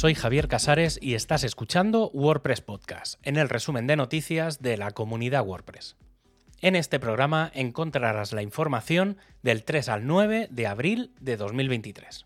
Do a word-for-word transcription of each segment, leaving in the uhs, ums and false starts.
soy Javier Casares y estás escuchando WordPress Podcast, en el resumen de noticias de la comunidad WordPress. En este programa encontrarás la información del tres al nueve de abril de dos mil veintitrés.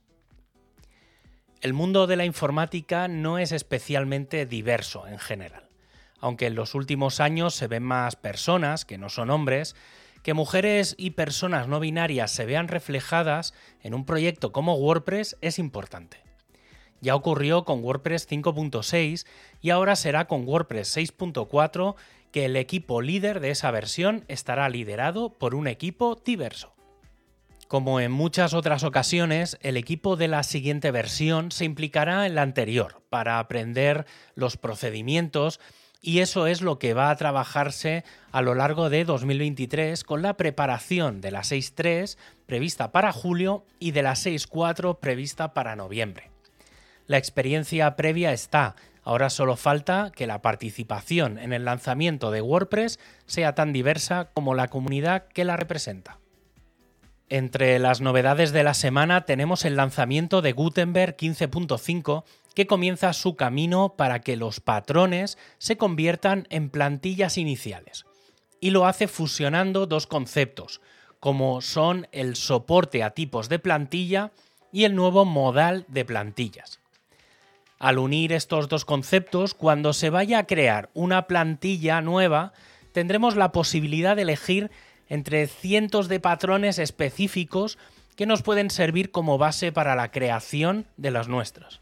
El mundo de la informática no es especialmente diverso en general, aunque en los últimos años se ven más personas, que no son hombres, que mujeres y personas no binarias se vean reflejadas en un proyecto como WordPress es importante. Ya ocurrió con WordPress cinco punto seis y ahora será con WordPress seis punto cuatro que el equipo líder de esa versión estará liderado por un equipo diverso. Como en muchas otras ocasiones, el equipo de la siguiente versión se implicará en la anterior para aprender los procedimientos y eso es lo que va a trabajarse a lo largo de dos mil veintitrés con la preparación de la seis punto tres prevista para julio y de la seis punto cuatro prevista para noviembre. La experiencia previa está, ahora solo falta que la participación en el lanzamiento de WordPress sea tan diversa como la comunidad que la representa. Entre las novedades de la semana tenemos el lanzamiento de Gutenberg quince punto cinco, que comienza su camino para que los patrones se conviertan en plantillas iniciales. Y lo hace fusionando dos conceptos, como son el soporte a tipos de plantilla y el nuevo modal de plantillas. Al unir estos dos conceptos, cuando se vaya a crear una plantilla nueva, tendremos la posibilidad de elegir entre cientos de patrones específicos que nos pueden servir como base para la creación de las nuestras.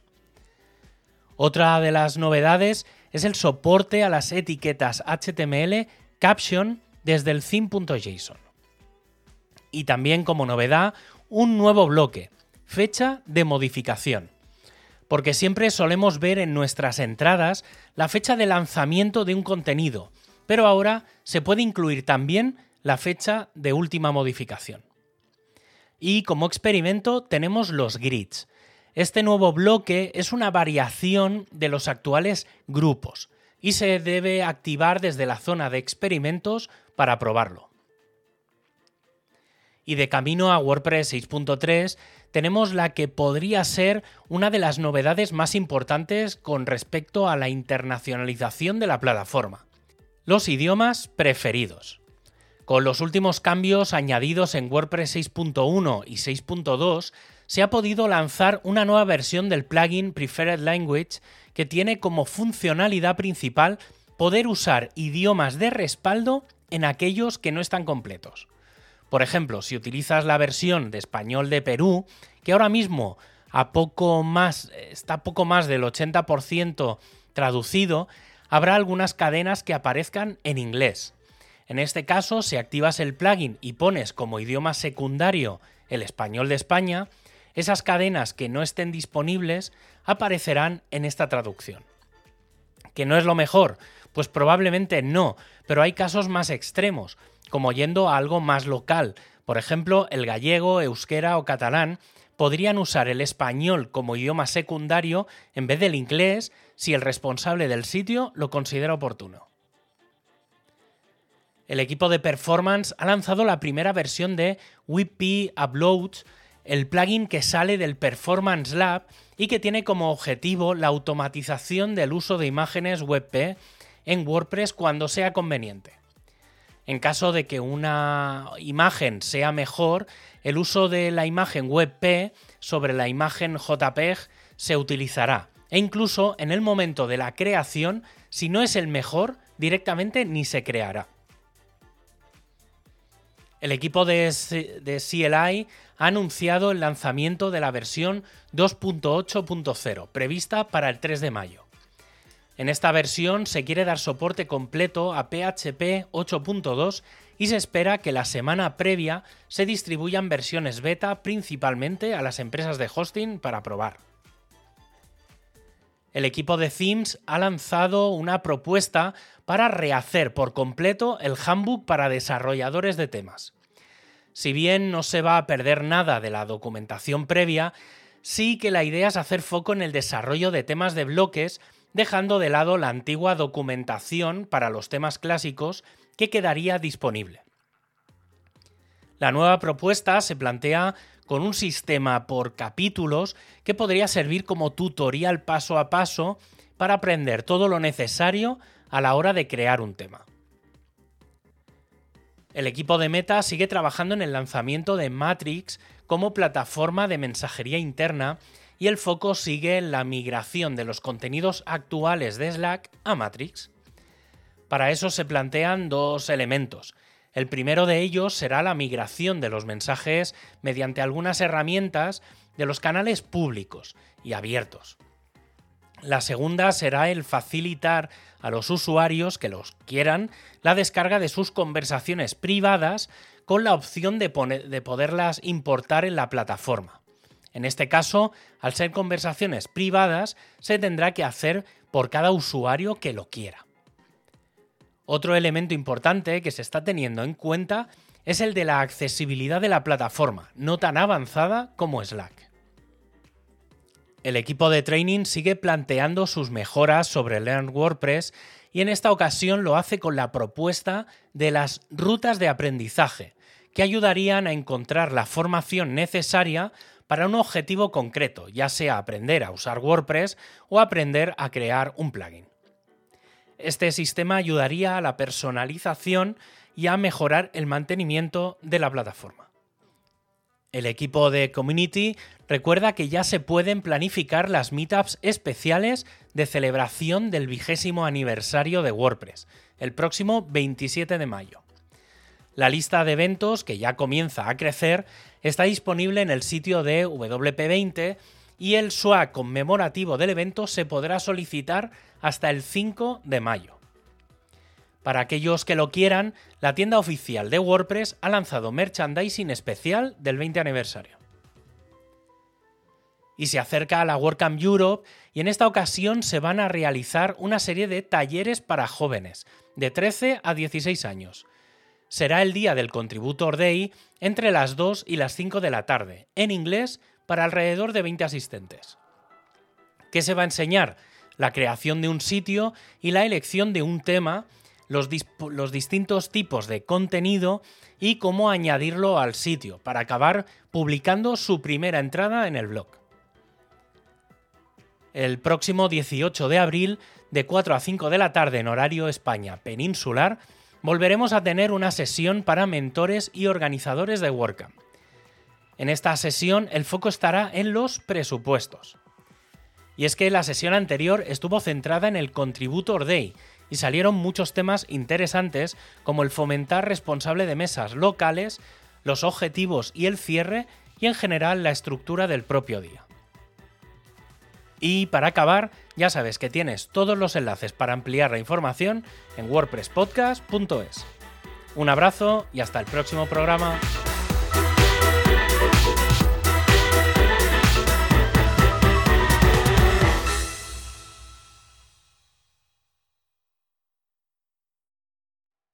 Otra de las novedades es el soporte a las etiquetas H T M L caption desde el theme.json. Y también como novedad, un nuevo bloque, fecha de modificación. Porque siempre solemos ver en nuestras entradas la fecha de lanzamiento de un contenido, pero ahora se puede incluir también la fecha de última modificación. Y como experimento tenemos los grids. Este nuevo bloque es una variación de los actuales grupos y se debe activar desde la zona de experimentos para probarlo. Y de camino a WordPress seis punto tres tenemos la que podría ser una de las novedades más importantes con respecto a la internacionalización de la plataforma: los idiomas preferidos. Con los últimos cambios añadidos en WordPress seis punto uno y seis punto dos se ha podido lanzar una nueva versión del plugin Preferred Language que tiene como funcionalidad principal poder usar idiomas de respaldo en aquellos que no están completos. Por ejemplo, si utilizas la versión de español de Perú, que ahora mismo a poco más, está poco más del ochenta por ciento traducido, habrá algunas cadenas que aparezcan en inglés. En este caso, si activas el plugin y pones como idioma secundario el español de España, esas cadenas que no estén disponibles aparecerán en esta traducción. ¿Que no es lo mejor? Pues probablemente no, pero hay casos más extremos, como yendo a algo más local. Por ejemplo, el gallego, euskera o catalán podrían usar el español como idioma secundario en vez del inglés si el responsable del sitio lo considera oportuno. El equipo de Performance ha lanzado la primera versión de W P Uploads, el plugin que sale del Performance Lab y que tiene como objetivo la automatización del uso de imágenes WebP en WordPress cuando sea conveniente. En caso de que una imagen sea mejor, el uso de la imagen WebP sobre la imagen JPEG se utilizará, e incluso en el momento de la creación, si no es el mejor, directamente ni se creará. El equipo de C L I ha anunciado el lanzamiento de la versión dos punto ocho punto cero, prevista para el tres de mayo. En esta versión se quiere dar soporte completo a P H P ocho punto dos y se espera que la semana previa se distribuyan versiones beta principalmente a las empresas de hosting para probar. El equipo de Themes ha lanzado una propuesta para rehacer por completo el handbook para desarrolladores de temas. Si bien no se va a perder nada de la documentación previa, sí que la idea es hacer foco en el desarrollo de temas de bloques, dejando de lado la antigua documentación para los temas clásicos que quedaría disponible. La nueva propuesta se plantea con un sistema por capítulos que podría servir como tutorial paso a paso para aprender todo lo necesario a la hora de crear un tema. El equipo de Meta sigue trabajando en el lanzamiento de Matrix como plataforma de mensajería interna y el foco sigue en la migración de los contenidos actuales de Slack a Matrix. Para eso se plantean dos elementos. El primero de ellos será la migración de los mensajes mediante algunas herramientas de los canales públicos y abiertos. La segunda será el facilitar a los usuarios que los quieran la descarga de sus conversaciones privadas con la opción de, poner, de poderlas importar en la plataforma. En este caso, al ser conversaciones privadas, se tendrá que hacer por cada usuario que lo quiera. Otro elemento importante que se está teniendo en cuenta es el de la accesibilidad de la plataforma, no tan avanzada como Slack. El equipo de training sigue planteando sus mejoras sobre Learn WordPress y en esta ocasión lo hace con la propuesta de las rutas de aprendizaje, que ayudarían a encontrar la formación necesaria para un objetivo concreto, ya sea aprender a usar WordPress o aprender a crear un plugin. Este sistema ayudaría a la personalización y a mejorar el mantenimiento de la plataforma. El equipo de Community recuerda que ya se pueden planificar las meetups especiales de celebración del vigésimo aniversario de WordPress, el próximo veintisiete de mayo. La lista de eventos, que ya comienza a crecer, está disponible en el sitio de W P veinte y el S W A conmemorativo del evento se podrá solicitar hasta el cinco de mayo. Para aquellos que lo quieran, la tienda oficial de WordPress ha lanzado merchandising especial del veinte aniversario. Y se acerca a la WordCamp Europe y en esta ocasión se van a realizar una serie de talleres para jóvenes, de trece a dieciséis años. Será el día del Contributor Day entre las dos y las cinco de la tarde, en inglés para alrededor de veinte asistentes. ¿Qué se va a enseñar? La creación de un sitio y la elección de un tema, los, los distintos tipos de contenido y cómo añadirlo al sitio para acabar publicando su primera entrada en el blog. El próximo dieciocho de abril, de cuatro a cinco de la tarde en horario España peninsular, volveremos a tener una sesión para mentores y organizadores de WordCamp. En esta sesión el foco estará en los presupuestos. Y es que la sesión anterior estuvo centrada en el Contributor Day y salieron muchos temas interesantes como el fomentar responsable de mesas locales, los objetivos y el cierre y en general la estructura del propio día. Y para acabar, ya sabes que tienes todos los enlaces para ampliar la información en wordpress podcast punto es. Un abrazo y hasta el próximo programa.